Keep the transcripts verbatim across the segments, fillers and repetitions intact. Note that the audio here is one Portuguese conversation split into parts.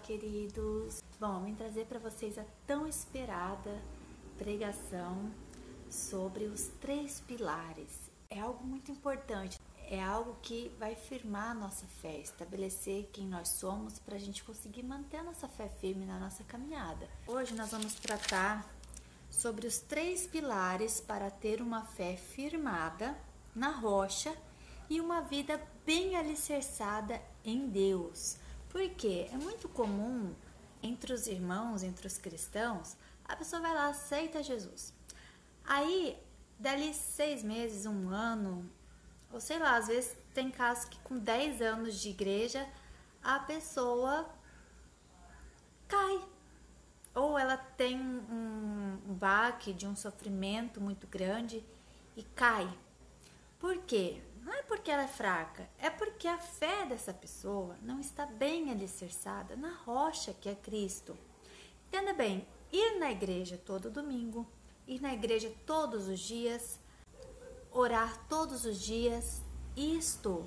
queridos! Bom, vim trazer para vocês a tão esperada pregação sobre os três pilares. É algo muito importante, é algo que vai firmar a nossa fé, estabelecer quem nós somos para a gente conseguir manter a nossa fé firme na nossa caminhada. Hoje nós vamos tratar sobre os três pilares para ter uma fé firmada na rocha e uma vida bem alicerçada em Deus. Porque é muito comum entre os irmãos, entre os cristãos, a pessoa vai lá, aceita Jesus. Aí, dali seis meses, um ano, ou sei lá, às vezes tem casos que com dez anos de igreja, a pessoa cai. Ou ela tem um, um baque de um sofrimento muito grande e cai. Por quê? Não é porque ela é fraca, é porque a fé dessa pessoa não está bem alicerçada na rocha que é Cristo. Entenda bem, ir na igreja todo domingo, ir na igreja todos os dias, orar todos os dias, isto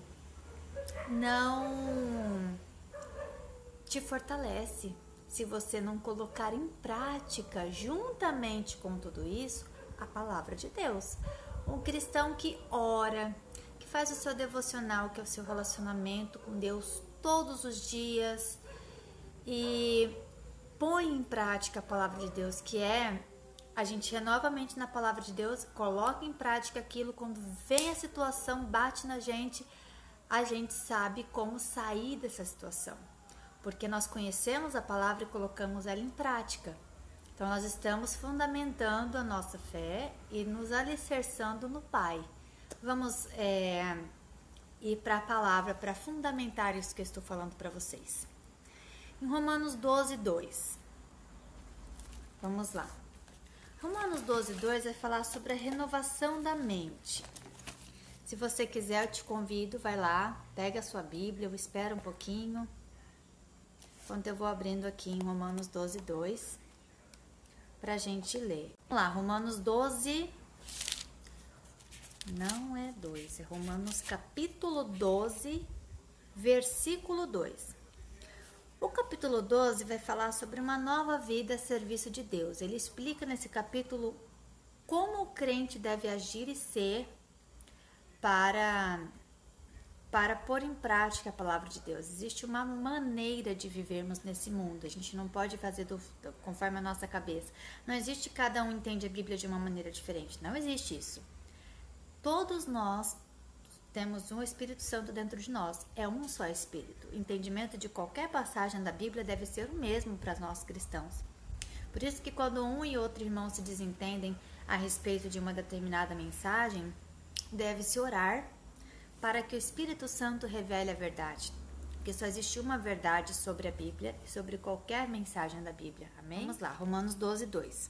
não te fortalece se você não colocar em prática, juntamente com tudo isso, a palavra de Deus. Um cristão que ora, que faz o seu devocional, que é o seu relacionamento com Deus todos os dias e põe em prática a palavra de Deus, que é a gente renova a mente na palavra de Deus, coloca em prática aquilo, quando vem a situação, bate na gente, a gente sabe como sair dessa situação, porque nós conhecemos a palavra e colocamos ela em prática. Então, nós estamos fundamentando a nossa fé e nos alicerçando no Pai. Vamos é, ir para a palavra para fundamentar isso que eu estou falando para vocês. Em Romanos doze, dois. Vamos lá. Romanos doze, dois vai falar sobre a renovação da mente. Se você quiser, eu te convido, vai lá, pega a sua Bíblia, eu espero um pouquinho. Enquanto eu vou abrindo aqui em Romanos doze, dois. Pra gente ler. Vamos lá, Romanos doze, não é dois, é Romanos capítulo doze, versículo dois. O capítulo doze vai falar sobre uma nova vida a serviço de Deus. Ele explica nesse capítulo como o crente deve agir e ser para... para pôr em prática a palavra de Deus. Existe uma maneira de vivermos nesse mundo. A gente não pode fazer do, conforme a nossa cabeça. Não existe cada um entende a Bíblia de uma maneira diferente. Não existe isso. Todos nós temos um Espírito Santo dentro de nós. É um só Espírito. O entendimento de qualquer passagem da Bíblia deve ser o mesmo para nós cristãos. Por isso que quando um e outro irmão se desentendem a respeito de uma determinada mensagem, deve-se orar para que o Espírito Santo revele a verdade. Porque só existe uma verdade sobre a Bíblia e sobre qualquer mensagem da Bíblia. Amém? Vamos lá, Romanos doze, dois.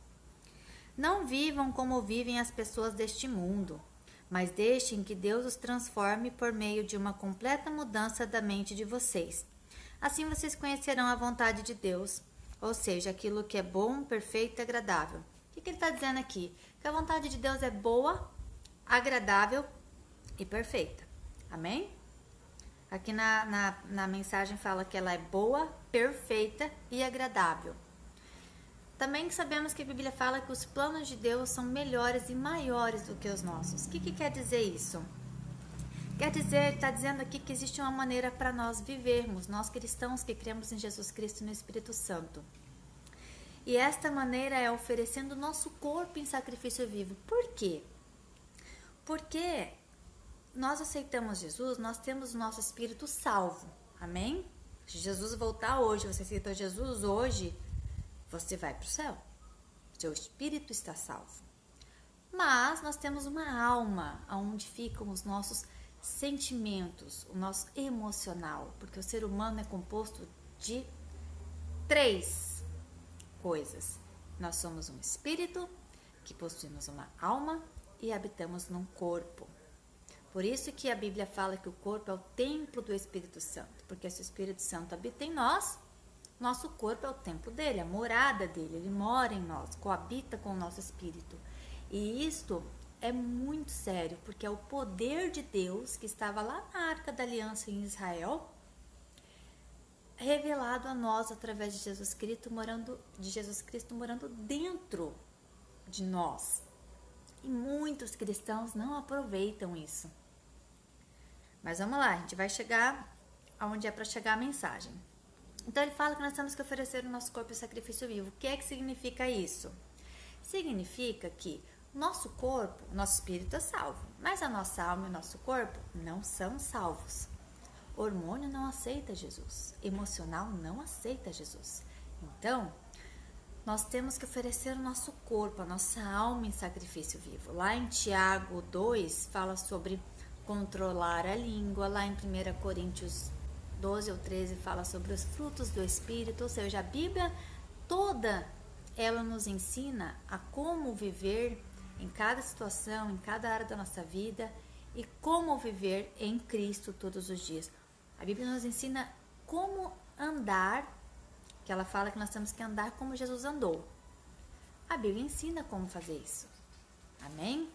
Não vivam como vivem as pessoas deste mundo, mas deixem que Deus os transforme por meio de uma completa mudança da mente de vocês. Assim vocês conhecerão a vontade de Deus, ou seja, aquilo que é bom, perfeito e agradável. O que, que ele está dizendo aqui? Que a vontade de Deus é boa, agradável e perfeita. Amém? Aqui na, na, na mensagem fala que ela é boa, perfeita e agradável. Também sabemos que a Bíblia fala que os planos de Deus são melhores e maiores do que os nossos. O que, que quer dizer isso? Quer dizer, está dizendo aqui que existe uma maneira para nós vivermos, nós cristãos que cremos em Jesus Cristo e no Espírito Santo. E esta maneira é oferecendo o nosso corpo em sacrifício vivo. Por quê? Porque nós aceitamos Jesus, nós temos o nosso espírito salvo, amém? Se Jesus voltar hoje, você aceitou Jesus hoje, você vai para o céu, seu espírito está salvo. Mas nós temos uma alma, onde ficam os nossos sentimentos, o nosso emocional, porque o ser humano é composto de três coisas. Nós somos um espírito, que possuímos uma alma e habitamos num corpo. Por isso que a Bíblia fala que o corpo é o templo do Espírito Santo, porque se o Espírito Santo habita em nós, nosso corpo é o templo dele, a morada dele, ele mora em nós, coabita com o nosso espírito. E isto é muito sério, porque é o poder de Deus que estava lá na Arca da Aliança em Israel, revelado a nós através de Jesus Cristo morando, de Jesus Cristo morando dentro de nós. E muitos cristãos não aproveitam isso. Mas vamos lá, a gente vai chegar aonde é para chegar a mensagem. Então ele fala que nós temos que oferecer o nosso corpo em sacrifício vivo. O que é que significa isso? Significa que nosso corpo, nosso espírito é salvo, mas a nossa alma e o nosso corpo não são salvos. O hormônio não aceita Jesus, emocional não aceita Jesus. Então, nós temos que oferecer o nosso corpo, a nossa alma em sacrifício vivo. Lá em Tiago dois fala sobre controlar a língua. Lá em primeira Coríntios doze ou treze fala sobre os frutos do Espírito. Ou seja, a Bíblia toda ela nos ensina a como viver em cada situação, em cada área da nossa vida e como viver em Cristo todos os dias. A Bíblia nos ensina como andar, que ela fala que nós temos que andar como Jesus andou. A Bíblia ensina como fazer isso. Amém?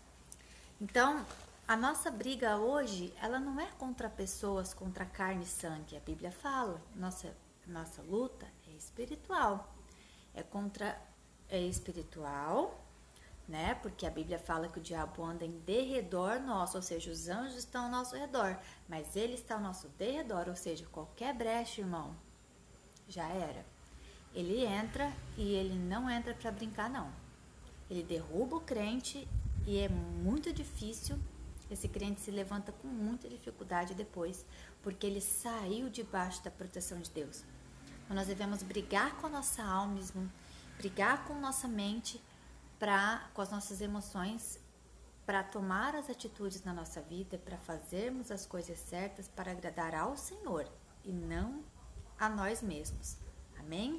Então, a nossa briga hoje, ela não é contra pessoas, contra carne e sangue. A Bíblia fala, nossa, nossa luta é espiritual. É contra, é espiritual, né? Porque a Bíblia fala que o diabo anda em derredor nosso, ou seja, os anjos estão ao nosso redor, mas ele está ao nosso derredor, ou seja, qualquer brecha, irmão, já era. Ele entra e ele não entra para brincar, não. Ele derruba o crente e é muito difícil. Esse crente se levanta com muita dificuldade depois, porque ele saiu debaixo da proteção de Deus. Então, nós devemos brigar com a nossa alma, brigar com nossa mente, pra, com as nossas emoções, para tomar as atitudes na nossa vida, para fazermos as coisas certas, para agradar ao Senhor e não a nós mesmos. Amém?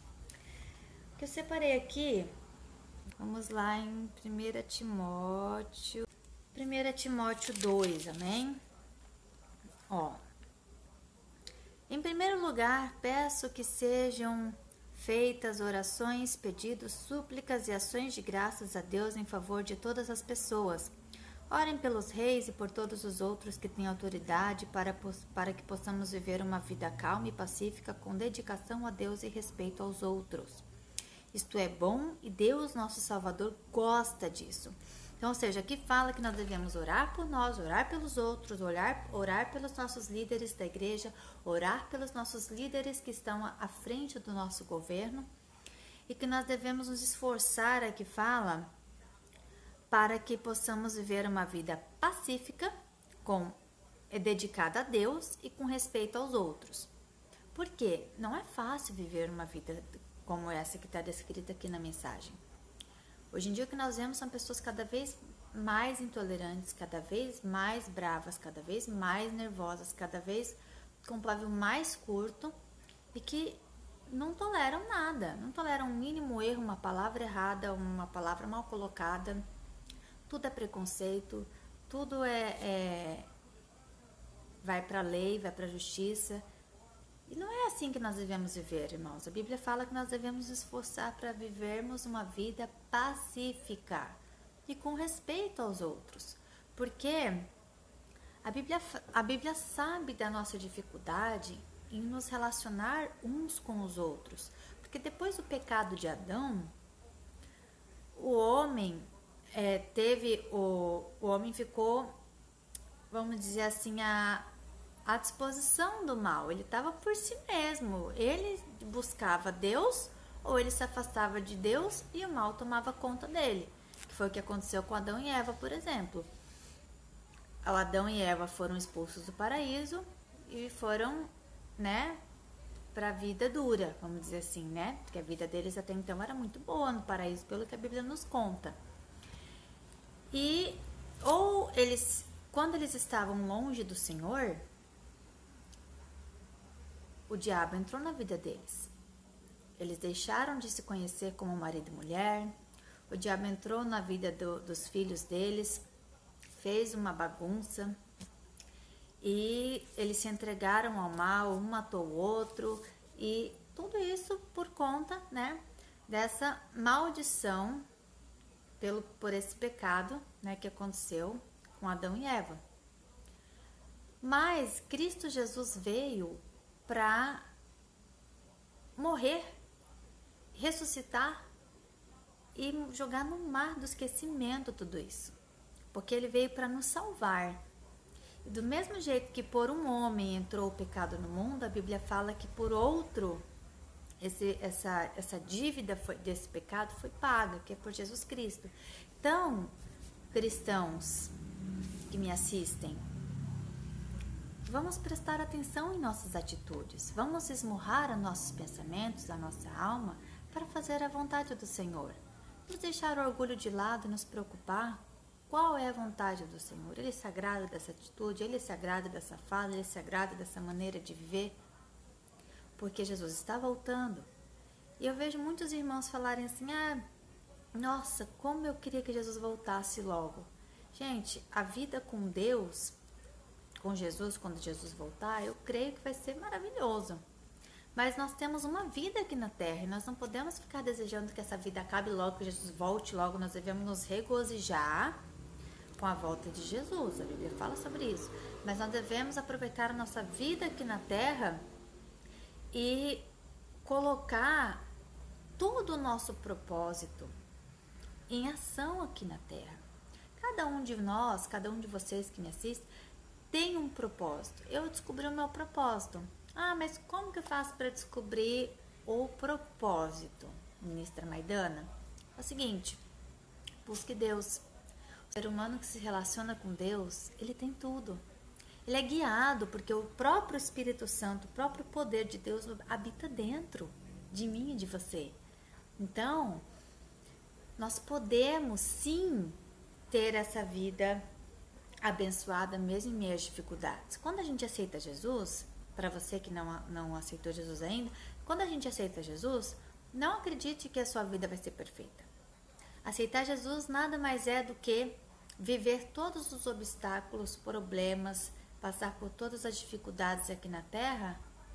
O que eu separei aqui, vamos lá em primeira Timóteo, primeira Timóteo dois, amém? Ó, em primeiro lugar, peço que sejam feitas orações, pedidos, súplicas e ações de graças a Deus em favor de todas as pessoas. Orem pelos reis e por todos os outros que têm autoridade para, para que possamos viver uma vida calma e pacífica com dedicação a Deus e respeito aos outros. Isto é bom e Deus, nosso Salvador, gosta disso. Então, ou seja, aqui fala que nós devemos orar por nós, orar pelos outros, orar, orar pelos nossos líderes da igreja, orar pelos nossos líderes que estão à frente do nosso governo e que nós devemos nos esforçar, aqui fala, para que possamos viver uma vida pacífica, com, é dedicada a Deus e com respeito aos outros. Por quê? Não é fácil viver uma vida como essa que está descrita aqui na mensagem. Hoje em dia o que nós vemos são pessoas cada vez mais intolerantes, cada vez mais bravas, cada vez mais nervosas, cada vez com um pavio mais curto e que não toleram nada, não toleram um mínimo erro, uma palavra errada, uma palavra mal colocada. Tudo é preconceito, tudo é, é vai para a lei, vai para a justiça. E não é assim que nós devemos viver, irmãos. A Bíblia fala que nós devemos nos esforçar para vivermos uma vida pacífica e com respeito aos outros. Porque a Bíblia, a Bíblia sabe da nossa dificuldade em nos relacionar uns com os outros. Porque depois do pecado de Adão, o homem é, teve, o, o homem ficou, vamos dizer assim, a... à disposição do mal, ele estava por si mesmo, ele buscava Deus ou ele se afastava de Deus e o mal tomava conta dele, que foi o que aconteceu com Adão e Eva, por exemplo. Adão e Eva foram expulsos do paraíso e foram, né, para a vida dura, vamos dizer assim, né, porque a vida deles até então era muito boa no paraíso, pelo que a Bíblia nos conta. E ou eles, quando eles estavam longe do Senhor, o diabo entrou na vida deles. Eles deixaram de se conhecer como marido e mulher. O diabo entrou na vida do, dos filhos deles, fez uma bagunça e eles se entregaram ao mal, um matou o outro e tudo isso por conta, né, dessa maldição pelo, por esse pecado, né, que aconteceu com Adão e Eva. Mas Cristo Jesus veio para morrer, ressuscitar e jogar no mar do esquecimento tudo isso. Porque ele veio para nos salvar. E do mesmo jeito que por um homem entrou o pecado no mundo, a Bíblia fala que por outro, esse, essa, essa dívida foi, desse pecado foi paga, que é por Jesus Cristo. Então, cristãos que me assistem, vamos prestar atenção em nossas atitudes, vamos esmurrar os nossos pensamentos, a nossa alma, para fazer a vontade do Senhor. Vamos deixar o orgulho de lado e nos preocupar. Qual é a vontade do Senhor? Ele se agrada dessa atitude, Ele se agrada dessa fala, Ele se agrada dessa maneira de viver, porque Jesus está voltando. E eu vejo muitos irmãos falarem assim, ah, nossa, como eu queria que Jesus voltasse logo. Gente, a vida com Deus, com Jesus, quando Jesus voltar, eu creio que vai ser maravilhoso. Mas nós temos uma vida aqui na terra e nós não podemos ficar desejando que essa vida acabe logo, que Jesus volte logo. Nós devemos nos regozijar com a volta de Jesus. A Bíblia fala sobre isso. Mas nós devemos aproveitar a nossa vida aqui na terra e colocar todo o nosso propósito em ação aqui na terra. Cada um de nós, cada um de vocês que me assistem, tem um propósito. Eu descobri o meu propósito. Ah, mas como que eu faço para descobrir o propósito, ministra Maidana? É o seguinte, busque Deus. O ser humano que se relaciona com Deus, ele tem tudo. Ele é guiado porque o próprio Espírito Santo, o próprio poder de Deus habita dentro de mim e de você. Então, nós podemos sim ter essa vida abençoada mesmo em meio às dificuldades. Quando a gente aceita Jesus, para você que não, não aceitou Jesus ainda, quando a gente aceita Jesus, não acredite que a sua vida vai ser perfeita. Aceitar Jesus nada mais é do que viver todos os obstáculos, problemas, passar por todas as dificuldades aqui na terra,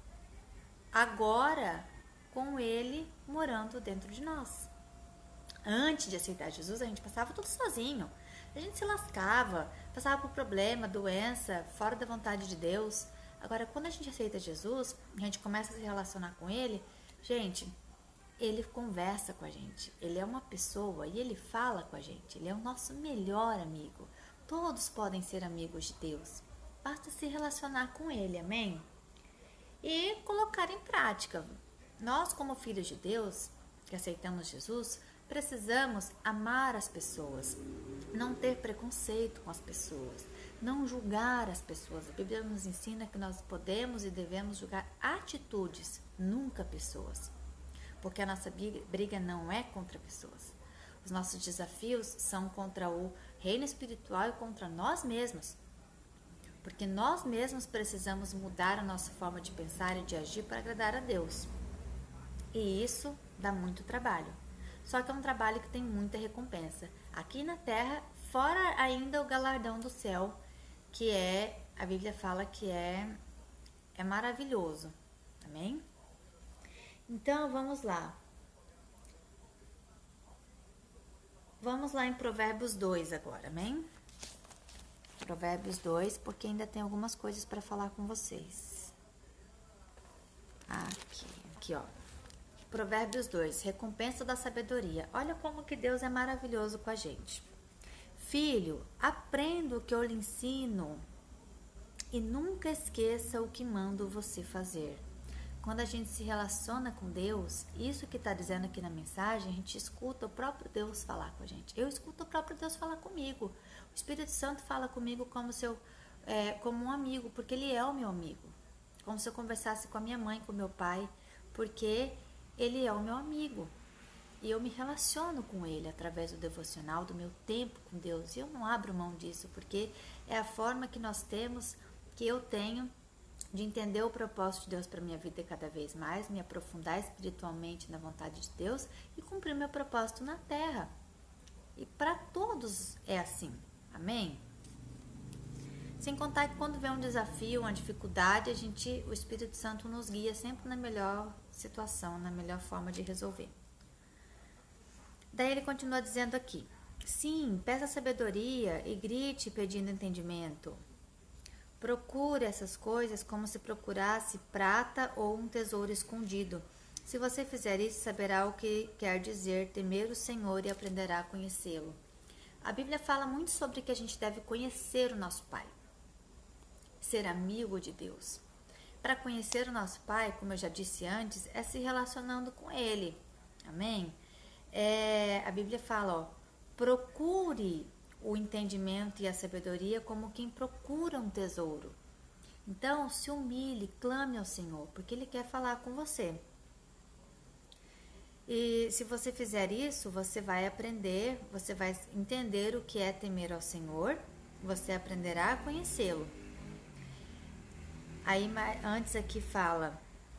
agora com Ele morando dentro de nós. Antes de aceitar Jesus, a gente passava tudo sozinho. A gente se lascava, passava por problema, doença, fora da vontade de Deus. Agora, quando a gente aceita Jesus, a gente começa a se relacionar com Ele, gente, Ele conversa com a gente. Ele é uma pessoa e Ele fala com a gente. Ele é o nosso melhor amigo. Todos podem ser amigos de Deus. Basta se relacionar com Ele, amém? E colocar em prática. Nós, como filhos de Deus, que aceitamos Jesus, precisamos amar as pessoas, não ter preconceito com as pessoas, não julgar as pessoas. A Bíblia nos ensina que nós podemos e devemos julgar atitudes, nunca pessoas. Porque a nossa briga não é contra pessoas. Os nossos desafios são contra o reino espiritual e contra nós mesmos. Porque nós mesmos precisamos mudar a nossa forma de pensar e de agir para agradar a Deus. E isso dá muito trabalho. Só que é um trabalho que tem muita recompensa. Aqui na terra, fora ainda o galardão do céu, que é, a Bíblia fala que é, é maravilhoso. Amém? Então, vamos lá. Vamos lá em Provérbios dois agora, amém? Provérbios dois, porque ainda tem algumas coisas para falar com vocês. Aqui, aqui, ó. Provérbios dois, recompensa da sabedoria. Olha como que Deus é maravilhoso com a gente. Filho, aprenda o que eu lhe ensino e nunca esqueça o que mando você fazer. Quando a gente se relaciona com Deus, isso que está dizendo aqui na mensagem, a gente escuta o próprio Deus falar com a gente. Eu escuto o próprio Deus falar comigo. O Espírito Santo fala comigo como, se eu, é, como um amigo, porque Ele é o meu amigo. Como se eu conversasse com a minha mãe, com o meu pai, porque Ele é o meu amigo. E eu me relaciono com Ele através do devocional, do meu tempo com Deus. E eu não abro mão disso, porque é a forma que nós temos, que eu tenho, de entender o propósito de Deus para minha vida cada vez mais, me aprofundar espiritualmente na vontade de Deus e cumprir meu propósito na terra. E para todos é assim, amém? Sem contar que quando vem um desafio, uma dificuldade, a gente, o Espírito Santo nos guia sempre na melhor situação, na melhor forma de resolver. Daí ele continua dizendo aqui, sim, peça sabedoria e grite pedindo entendimento. Procure essas coisas como se procurasse prata ou um tesouro escondido. Se você fizer isso, saberá o que quer dizer temer o Senhor e aprenderá a conhecê-lo. A Bíblia fala muito sobre que a gente deve conhecer o nosso Pai, ser amigo de Deus. Para conhecer o nosso Pai, como eu já disse antes, é se relacionando com Ele. Amém? É, a Bíblia fala, ó, procure o entendimento e a sabedoria como quem procura um tesouro. Então, se humilhe, clame ao Senhor, porque Ele quer falar com você. E se você fizer isso, você vai aprender, você vai entender o que é temer ao Senhor, você aprenderá a conhecê-lo. Aí, antes aqui fala...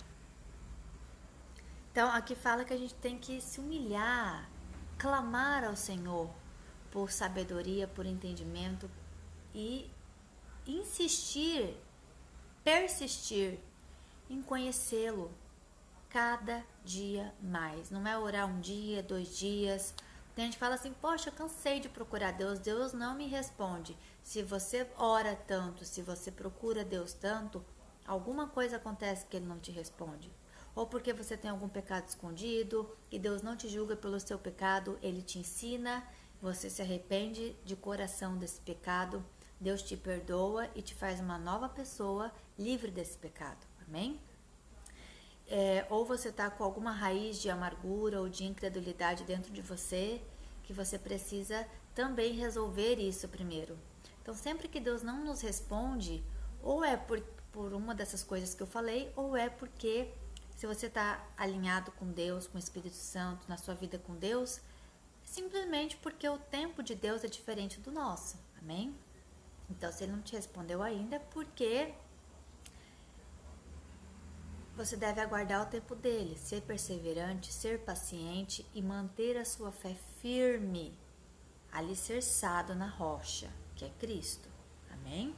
Então, aqui fala que a gente tem que se humilhar, clamar ao Senhor por sabedoria, por entendimento e insistir, persistir em conhecê-lo cada dia mais. Não é orar um dia, dois dias. Tem gente que fala assim, poxa, eu cansei de procurar Deus, Deus não me responde. Se você ora tanto, se você procura Deus tanto, alguma coisa acontece que Ele não te responde. Ou porque você tem algum pecado escondido e Deus não te julga pelo seu pecado, Ele te ensina, você se arrepende de coração desse pecado, Deus te perdoa e te faz uma nova pessoa livre desse pecado. Amém? É, ou você está com alguma raiz de amargura ou de incredulidade dentro de você, que você precisa também resolver isso primeiro. Então, sempre que Deus não nos responde, ou é por, por uma dessas coisas que eu falei, ou é porque... Se você está alinhado com Deus, com o Espírito Santo, na sua vida com Deus, simplesmente porque o tempo de Deus é diferente do nosso, amém? Então, se Ele não te respondeu ainda, é porque você deve aguardar o tempo dele, ser perseverante, ser paciente e manter a sua fé firme, alicerçado na rocha, que é Cristo, amém?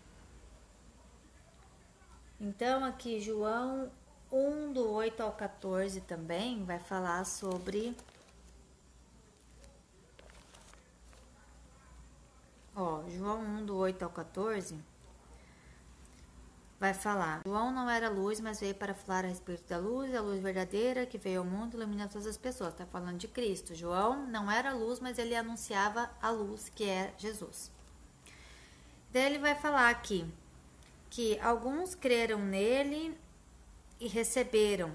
Então, aqui, João um, do oito ao quatorze também vai falar sobre... Ó, João um, do oito ao quatorze vai falar: João não era luz, mas veio para falar a respeito da luz, a luz verdadeira que veio ao mundo e ilumina todas as pessoas. Tá falando de Cristo. João não era luz, mas ele anunciava a luz, que é Jesus. Daí ele vai falar aqui que alguns creram nele e receberam,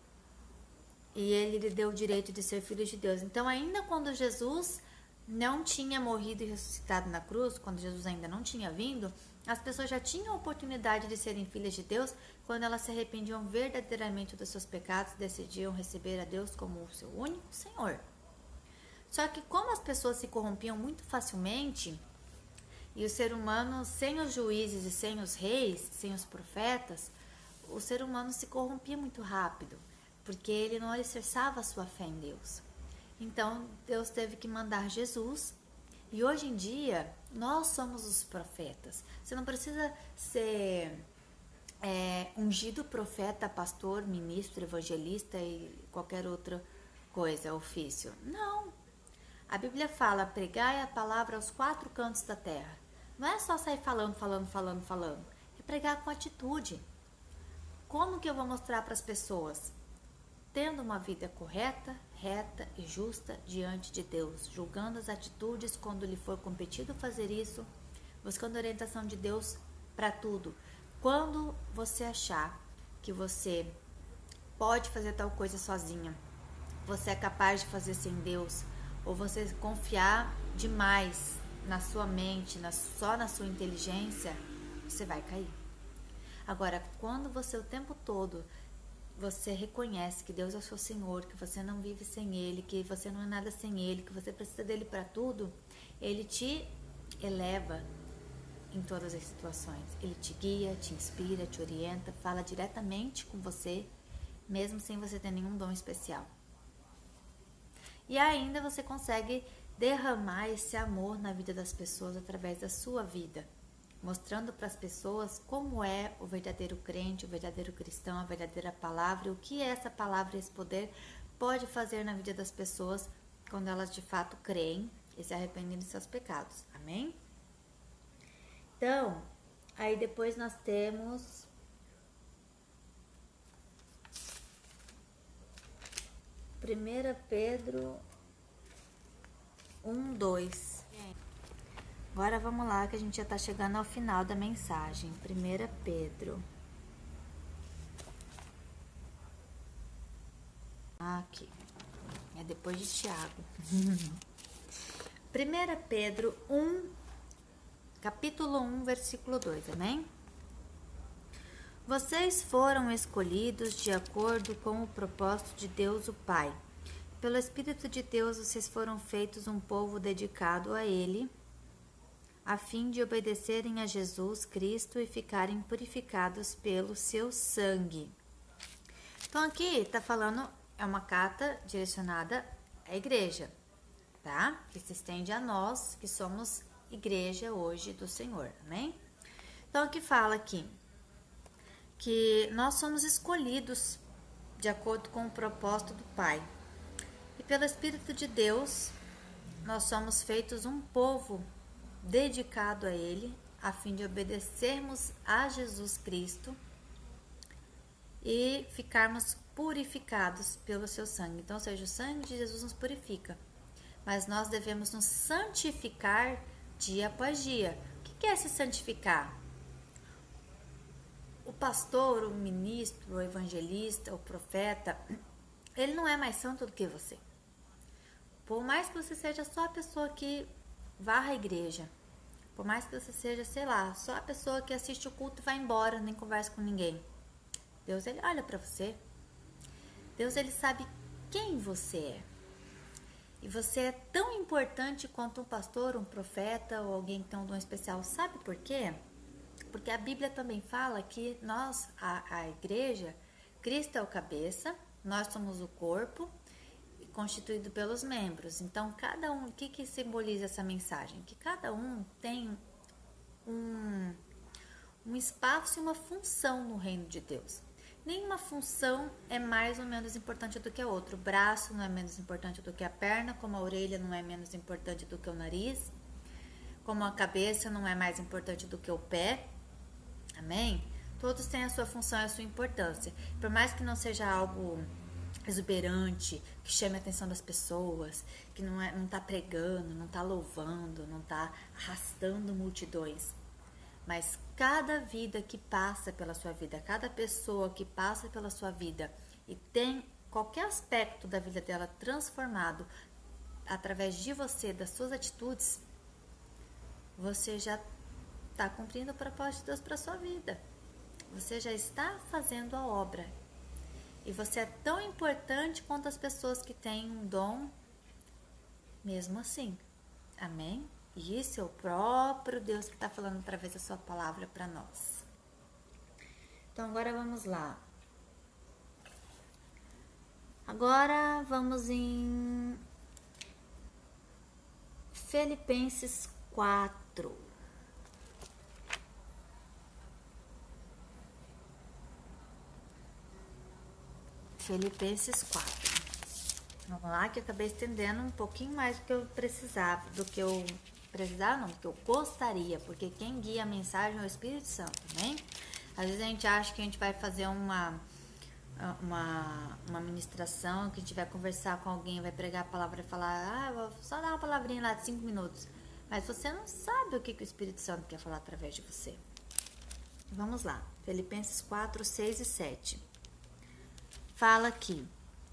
e ele lhe deu o direito de ser filho de Deus. Então, ainda quando Jesus não tinha morrido e ressuscitado na cruz, quando Jesus ainda não tinha vindo, as pessoas já tinham a oportunidade de serem filhas de Deus quando elas se arrependiam verdadeiramente dos seus pecados e decidiam receber a Deus como o seu único Senhor. Só que como as pessoas se corrompiam muito facilmente, e o ser humano, sem os juízes e sem os reis, sem os profetas, o ser humano se corrompia muito rápido, porque ele não alicerçava a sua fé em Deus. Então, Deus teve que mandar Jesus, e hoje em dia, nós somos os profetas. Você não precisa ser é, ungido profeta, pastor, ministro, evangelista e qualquer outra coisa, ofício. Não. A Bíblia fala, pregai a palavra aos quatro cantos da terra. Não é só sair falando, falando, falando, falando. É pregar com atitude. Como que eu vou mostrar para as pessoas? Tendo uma vida correta, reta e justa diante de Deus, julgando as atitudes quando lhe for competido fazer isso, buscando a orientação de Deus para tudo. Quando você achar que você pode fazer tal coisa sozinha, você é capaz de fazer sem Deus, ou você confiar demais na sua mente, na, só na sua inteligência, você vai cair. Agora, quando você o tempo todo, você reconhece que Deus é o seu Senhor, que você não vive sem Ele, que você não é nada sem Ele, que você precisa dEle para tudo, Ele te eleva em todas as situações. Ele te guia, te inspira, te orienta, fala diretamente com você, mesmo sem você ter nenhum dom especial. E ainda você consegue derramar esse amor na vida das pessoas através da sua vida, mostrando para as pessoas como é o verdadeiro crente, o verdadeiro cristão, a verdadeira palavra, e o que essa palavra, esse poder pode fazer na vida das pessoas quando elas de fato creem e se arrependem dos seus pecados. Amém? Então, aí depois nós temos primeira Pedro um, dois. Agora vamos lá, que a gente já está chegando ao final da mensagem. primeira Pedro. Aqui. É depois de Tiago. primeira Pedro um, capítulo um, versículo dois, amém? Vocês foram escolhidos de acordo com o propósito de Deus o Pai. Pelo Espírito de Deus, vocês foram feitos um povo dedicado a Ele, a fim de obedecerem a Jesus Cristo e ficarem purificados pelo seu sangue. Então aqui está falando, é uma carta direcionada à igreja, tá? Que se estende a nós, que somos igreja hoje do Senhor, amém? Então aqui fala aqui, que nós somos escolhidos de acordo com o propósito do Pai. E pelo Espírito de Deus, nós somos feitos um povo dedicado a Ele, a fim de obedecermos a Jesus Cristo e ficarmos purificados pelo seu sangue. Então, ou seja, o sangue de Jesus nos purifica, mas nós devemos nos santificar dia após dia. O que é se santificar? O pastor, o ministro, o evangelista, o profeta, ele não é mais santo do que você. Por mais que você seja só a pessoa que varra a igreja, por mais que você seja, sei lá, só a pessoa que assiste o culto e vai embora, nem conversa com ninguém. Deus, ele olha para você. Deus, ele sabe quem você é. E você é tão importante quanto um pastor, um profeta ou alguém que tem um dom especial. Sabe por quê? Porque a Bíblia também fala que nós, a, a igreja, Cristo é o cabeça, nós somos o corpo, constituído pelos membros. Então, cada um, o que, que simboliza essa mensagem? Que cada um tem um, um espaço e uma função no reino de Deus. Nenhuma função é mais ou menos importante do que a outra. O braço não é menos importante do que a perna, como a orelha não é menos importante do que o nariz, como a cabeça não é mais importante do que o pé. Amém? Todos têm a sua função e a sua importância. Por mais que não seja algo exuberante, que chame a atenção das pessoas, que não é, não está pregando, não está louvando, não está arrastando multidões. Mas cada vida que passa pela sua vida, cada pessoa que passa pela sua vida e tem qualquer aspecto da vida dela transformado através de você, das suas atitudes, você já está cumprindo o propósito de Deus para a sua vida. Você já está fazendo a obra. E você é tão importante quanto as pessoas que têm um dom, mesmo assim. Amém? E isso é o próprio Deus que está falando através da sua palavra para nós. Então, agora vamos lá. Agora vamos em Filipenses quatro. Filipenses quatro. Vamos lá, que eu acabei estendendo um pouquinho mais do que eu precisava, do que eu precisava, não, do que eu gostaria, porque quem guia a mensagem é o Espírito Santo, né? Às vezes a gente acha que a gente vai fazer uma, uma, uma ministração, que a gente vai conversar com alguém, vai pregar a palavra e falar, ah, vou só dar uma palavrinha lá de cinco minutos. Mas você não sabe o que, que o Espírito Santo quer falar através de você. Vamos lá, Filipenses quatro, seis e sete. Fala aqui.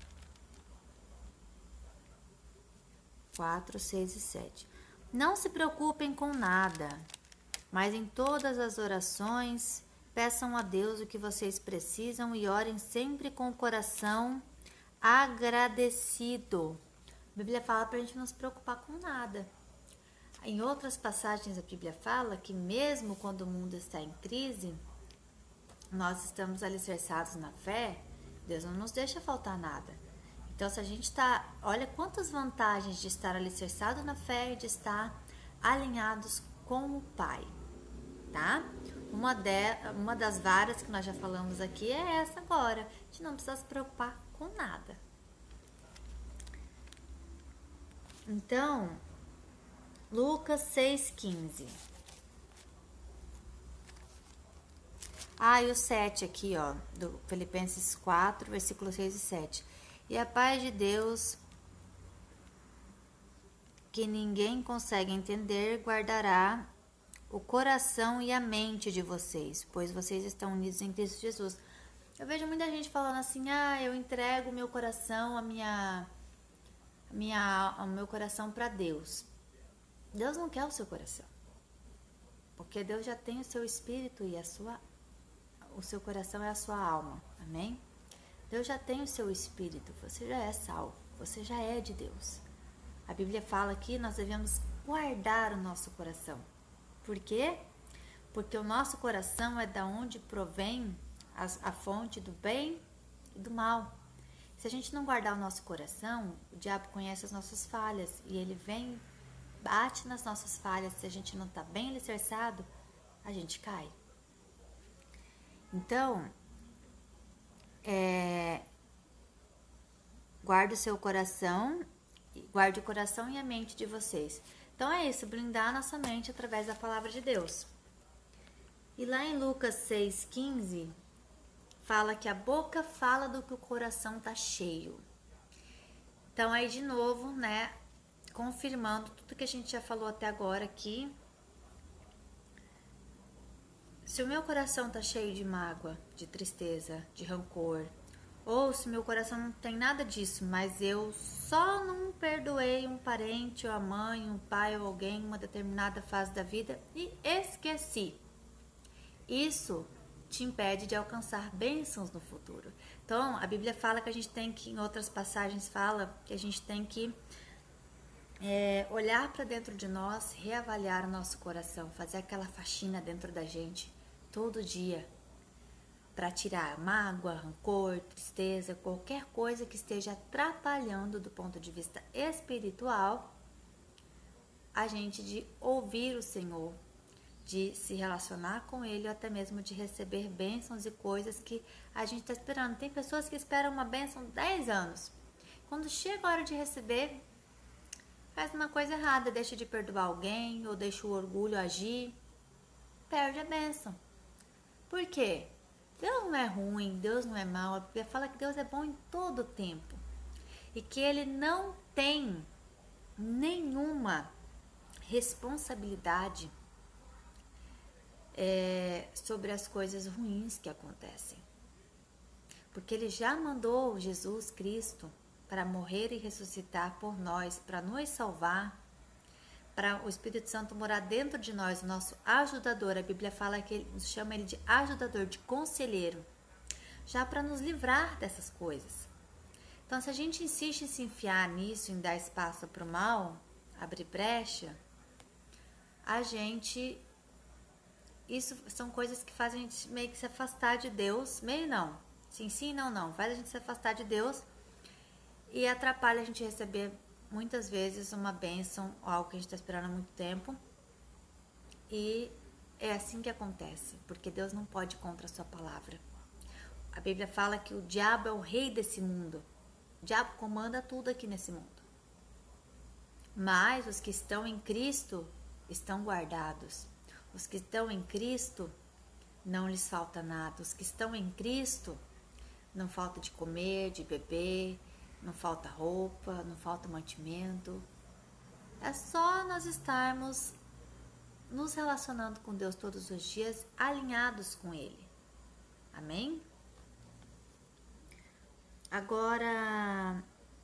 quatro, seis e sete. Não se preocupem com nada, mas em todas as orações, peçam a Deus o que vocês precisam e orem sempre com o coração agradecido. A Bíblia fala para a gente não se preocupar com nada. Em outras passagens a Bíblia fala que mesmo quando o mundo está em crise, nós estamos alicerçados na fé, Deus não nos deixa faltar nada. Então, se a gente está... Olha quantas vantagens de estar alicerçado na fé e de estar alinhados com o Pai, tá? Uma, de, uma das várias que nós já falamos aqui é essa agora. A gente não precisa se preocupar com nada. Então, Lucas seis, quinze. Ah, e o sete aqui, ó, do Filipenses quatro, versículos seis e sete. E a paz de Deus, que ninguém consegue entender, guardará o coração e a mente de vocês, pois vocês estão unidos em Cristo Jesus. Eu vejo muita gente falando assim: ah, eu entrego o meu coração, a minha, a minha, o meu coração para Deus. Deus não quer o seu coração, porque Deus já tem o seu espírito e a sua, o seu coração é a sua alma, amém? Deus já tem o seu espírito, você já é salvo, você já é de Deus. A Bíblia fala que nós devemos guardar o nosso coração. Por quê? Porque o nosso coração é da onde provém a, a fonte do bem e do mal. Se a gente não guardar o nosso coração, o diabo conhece as nossas falhas e ele vem, bate nas nossas falhas. Se a gente não está bem alicerçado, a gente cai. Então, é, guarde o seu coração, guarde o coração e a mente de vocês. Então é isso, blindar a nossa mente através da palavra de Deus. E lá em Lucas seis, quinze, fala que a boca fala do que o coração tá cheio. Então aí de novo, né, confirmando tudo que a gente já falou até agora aqui. Se o meu coração tá cheio de mágoa, de tristeza, de rancor, ou se meu coração não tem nada disso, mas eu só não perdoei um parente, ou a mãe, um pai ou alguém em uma determinada fase da vida e esqueci. Isso te impede de alcançar bênçãos no futuro. Então, a Bíblia fala que a gente tem que, em outras passagens fala que a gente tem que é, olhar para dentro de nós, reavaliar o nosso coração, fazer aquela faxina dentro da gente todo dia, para tirar mágoa, rancor, tristeza, qualquer coisa que esteja atrapalhando do ponto de vista espiritual a gente de ouvir o Senhor, de se relacionar com Ele, ou até mesmo de receber bênçãos e coisas que a gente está esperando. Tem pessoas que esperam uma bênção dez anos. Quando chega a hora de receber, faz uma coisa errada, deixa de perdoar alguém, ou deixa o orgulho agir, perde a bênção. Por quê? Deus não é ruim, Deus não é mau. A Bíblia fala que Deus é bom em todo o tempo e que Ele não tem nenhuma responsabilidade é, sobre as coisas ruins que acontecem, porque Ele já mandou Jesus Cristo para morrer e ressuscitar por nós, para nos salvar, para o Espírito Santo morar dentro de nós, o nosso ajudador. A Bíblia fala que ele chama ele de ajudador, de conselheiro, já para nos livrar dessas coisas. Então, se a gente insiste em se enfiar nisso, em dar espaço para o mal, abrir brecha, a gente... Isso são coisas que fazem a gente meio que se afastar de Deus, meio não, sim, sim, não, não, faz a gente se afastar de Deus e atrapalha a gente receber muitas vezes uma bênção, algo que a gente está esperando há muito tempo. E é assim que acontece, porque Deus não pode ir contra a sua palavra. A Bíblia fala que o diabo é o rei desse mundo. O diabo comanda tudo aqui nesse mundo. Mas os que estão em Cristo estão guardados. Os que estão em Cristo não lhes falta nada. Os que estão em Cristo não falta de comer, de beber, não falta roupa, não falta mantimento. É só nós estarmos nos relacionando com Deus todos os dias, alinhados com Ele. Amém? Agora,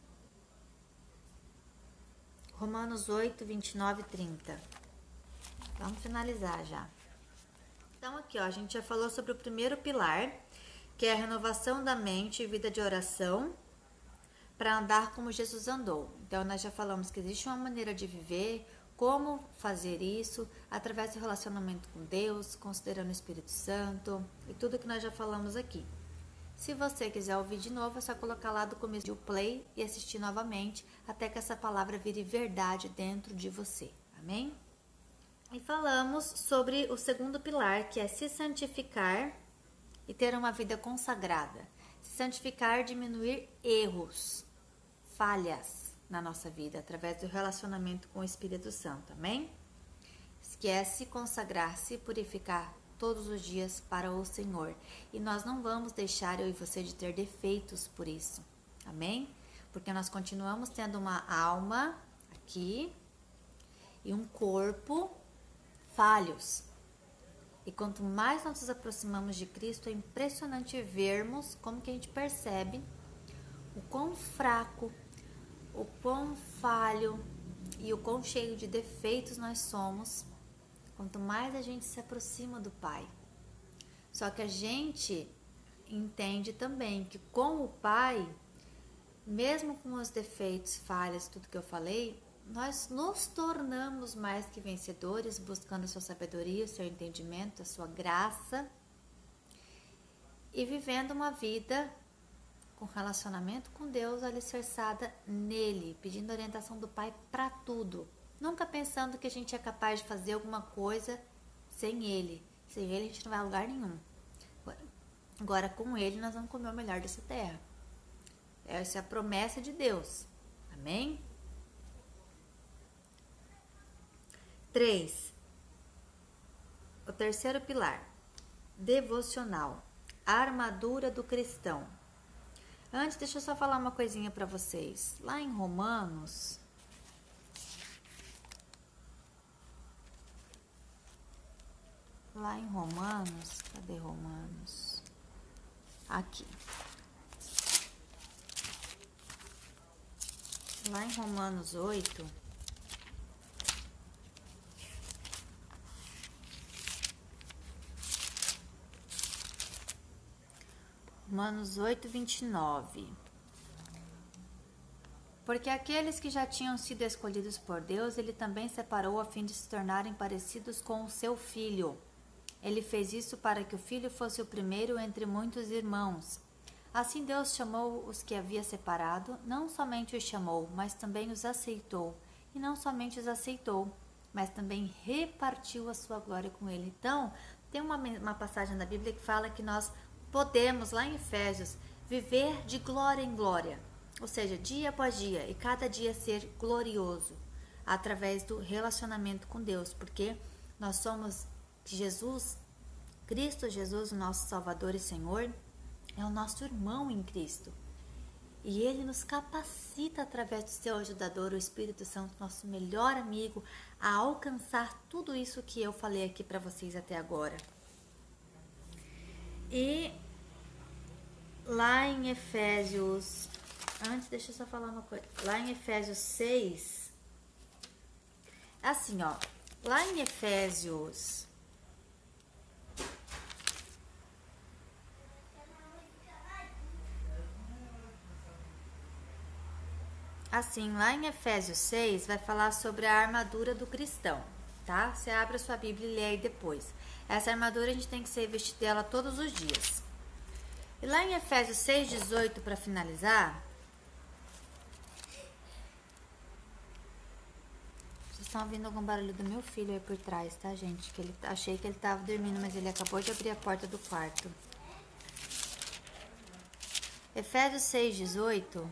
Romanos oito, vinte e nove e trinta. Vamos finalizar já. Então aqui, ó, a gente já falou sobre o primeiro pilar, que é a renovação da mente e vida de oração, para andar como Jesus andou. Então, nós já falamos que existe uma maneira de viver, como fazer isso, através do relacionamento com Deus, considerando o Espírito Santo e tudo que nós já falamos aqui. Se você quiser ouvir de novo, é só colocar lá do começo o play e assistir novamente, até que essa palavra vire verdade dentro de você. Amém? E falamos sobre o segundo pilar, que é se santificar e ter uma vida consagrada. Se santificar, diminuir erros, falhas na nossa vida, através do relacionamento com o Espírito Santo, amém? Esquece consagrar, se purificar todos os dias para o Senhor. E nós não vamos deixar eu e você de ter defeitos por isso. Amém? Porque nós continuamos tendo uma alma aqui e um corpo falhos. E quanto mais nós nos aproximamos de Cristo, é impressionante vermos como que a gente percebe o quão fraco, o quão falho e o quão cheio de defeitos nós somos, quanto mais a gente se aproxima do Pai. Só que a gente entende também que com o Pai, mesmo com os defeitos, falhas, tudo que eu falei, nós nos tornamos mais que vencedores, buscando a sua sabedoria, o seu entendimento, a sua graça e vivendo uma vida com relacionamento com Deus alicerçada nele, pedindo orientação do Pai para tudo. Nunca pensando que a gente é capaz de fazer alguma coisa sem ele. Sem ele a gente não vai a lugar nenhum. Agora com ele nós vamos comer o melhor dessa terra. Essa é a promessa de Deus. Amém? três. O terceiro pilar. Devocional. A armadura do cristão. Antes, deixa eu só falar uma coisinha para vocês. Lá em Romanos, lá em Romanos, cadê Romanos? Aqui. Lá em Romanos oito, Romanos oito, vinte e nove. Porque aqueles que já tinham sido escolhidos por Deus, ele também separou a fim de se tornarem parecidos com o seu filho. Ele fez isso para que o filho fosse o primeiro entre muitos irmãos. Assim Deus chamou os que havia separado, não somente os chamou, mas também os aceitou. E não somente os aceitou, mas também repartiu a sua glória com ele. Então, tem uma, uma passagem da Bíblia que fala que nós podemos, lá em Efésios, viver de glória em glória, ou seja, dia após dia, e cada dia ser glorioso, através do relacionamento com Deus, porque nós somos Jesus, Cristo Jesus, o nosso Salvador e Senhor, é o nosso irmão em Cristo, e Ele nos capacita, através do seu ajudador, o Espírito Santo, nosso melhor amigo, a alcançar tudo isso que eu falei aqui para vocês até agora. E lá em Efésios, antes deixa eu só falar uma coisa, lá em Efésios seis, assim ó, lá em Efésios, assim, lá em Efésios seis vai falar sobre a armadura do cristão, tá? Você abre a sua Bíblia e lê aí depois. Essa armadura a gente tem que ser vestido dela todos os dias. E lá em Efésios seis, dezoito, para finalizar, vocês estão ouvindo algum barulho do meu filho aí por trás, tá, gente? Que ele, achei que ele estava dormindo, mas ele acabou de abrir a porta do quarto. Efésios seis, dezoito.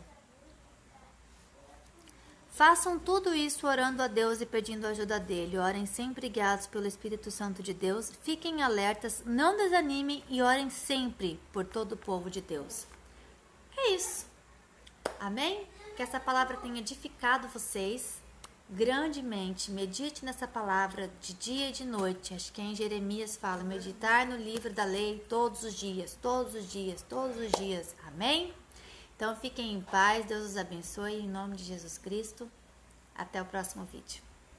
Façam tudo isso orando a Deus e pedindo a ajuda dele. Orem sempre guiados pelo Espírito Santo de Deus. Fiquem alertas, não desanimem e orem sempre por todo o povo de Deus. É isso. Amém? Que essa palavra tenha edificado vocês grandemente. Medite nessa palavra de dia e de noite. Acho que em Jeremias fala, meditar no livro da lei todos os dias, todos os dias, todos os dias. Amém? Então fiquem em paz, Deus os abençoe, em nome de Jesus Cristo. Até o próximo vídeo.